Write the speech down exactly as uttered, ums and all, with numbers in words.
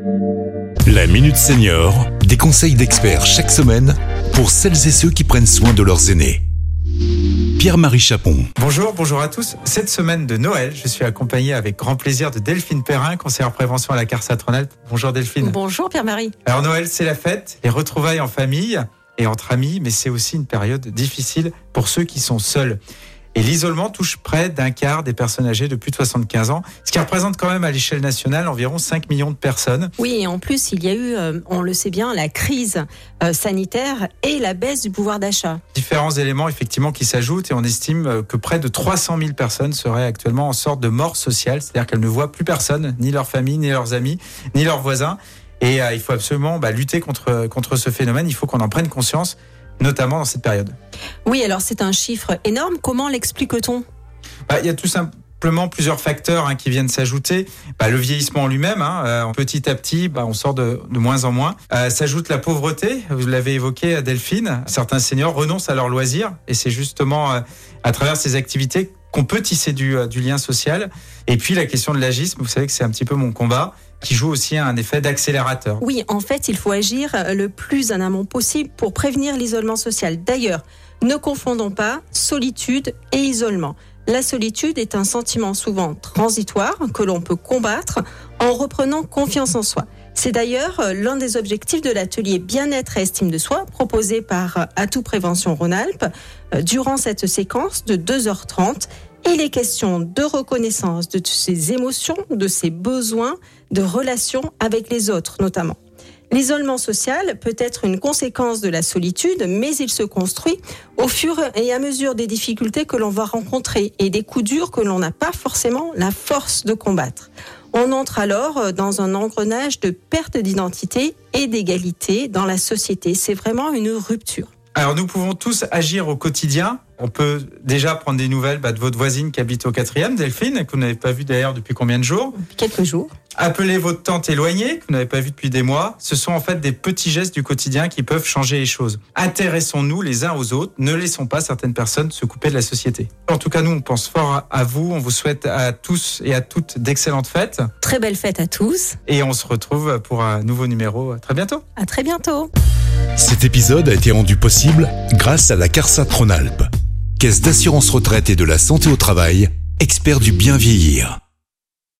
La Minute Senior, des conseils d'experts chaque semaine pour celles et ceux qui prennent soin de leurs aînés. Pierre-Marie Chapon. Bonjour, bonjour à tous. Cette semaine de Noël, je suis accompagné avec grand plaisir de Delphine Perrin, conseillère prévention à la CARSAT Rhône-Alpes. Bonjour Delphine. Bonjour Pierre-Marie. Alors Noël, c'est la fête, les retrouvailles en famille et entre amis, mais c'est aussi une période difficile pour ceux qui sont seuls. Et l'isolement touche près d'un quart des personnes âgées de plus de soixante-quinze ans, ce qui représente quand même à l'échelle nationale environ cinq millions de personnes. Oui, et en plus, il y a eu, euh, on le sait bien, la crise euh, sanitaire et la baisse du pouvoir d'achat. Différents éléments effectivement qui s'ajoutent et on estime que près de trois cent mille personnes seraient actuellement en sorte de mort sociale, c'est-à-dire qu'elles ne voient plus personne, ni leur famille, ni leurs amis, ni leurs voisins. Et euh, il faut absolument bah, lutter contre, contre ce phénomène, il faut qu'on en prenne conscience, notamment dans cette période. Oui, alors c'est un chiffre énorme. Comment l'explique-t-on ? Bah, il y a tout simplement plusieurs facteurs hein, qui viennent s'ajouter. Bah, le vieillissement en lui-même, hein, euh, petit à petit, bah, on sort de, de moins en moins. Euh, s'ajoute la pauvreté, vous l'avez évoqué Delphine. Certains seniors renoncent à leurs loisirs et c'est justement euh, à travers ces activités qu'on peut tisser du, euh, du lien social. Et puis la question de l'agisme, vous savez que c'est un petit peu mon combat, qui joue aussi un effet d'accélérateur. Oui, en fait, il faut agir le plus en amont possible pour prévenir l'isolement social. D'ailleurs, ne confondons pas solitude et isolement. La solitude est un sentiment souvent transitoire que l'on peut combattre en reprenant confiance en soi. C'est d'ailleurs l'un des objectifs de l'atelier bien-être et estime de soi proposé par Atout Prévention Rhône-Alpes durant cette séquence de deux heures trente. Il est question de reconnaissance de ses émotions, de ses besoins, de relations avec les autres notamment. L'isolement social peut être une conséquence de la solitude, mais il se construit au fur et à mesure des difficultés que l'on va rencontrer et des coups durs que l'on n'a pas forcément la force de combattre. On entre alors dans un engrenage de perte d'identité et d'égalité dans la société. C'est vraiment une rupture. Alors nous pouvons tous agir au quotidien. On peut déjà prendre des nouvelles bah, de votre voisine qui habite au quatrième, Delphine, que vous n'avez pas vue d'ailleurs depuis combien de jours ? Quelques jours. Appelez votre tante éloignée, que vous n'avez pas vue depuis des mois. Ce sont en fait des petits gestes du quotidien qui peuvent changer les choses. Intéressons-nous les uns aux autres. Ne laissons pas certaines personnes se couper de la société. En tout cas, nous, on pense fort à vous. On vous souhaite à tous et à toutes d'excellentes fêtes. Très belle fête à tous. Et on se retrouve pour un nouveau numéro très bientôt. À très bientôt. Cet épisode a été rendu possible grâce à la CARSAT Rhône-Alpes, Caisse d'assurance retraite et de la santé au travail, expert du bien vieillir.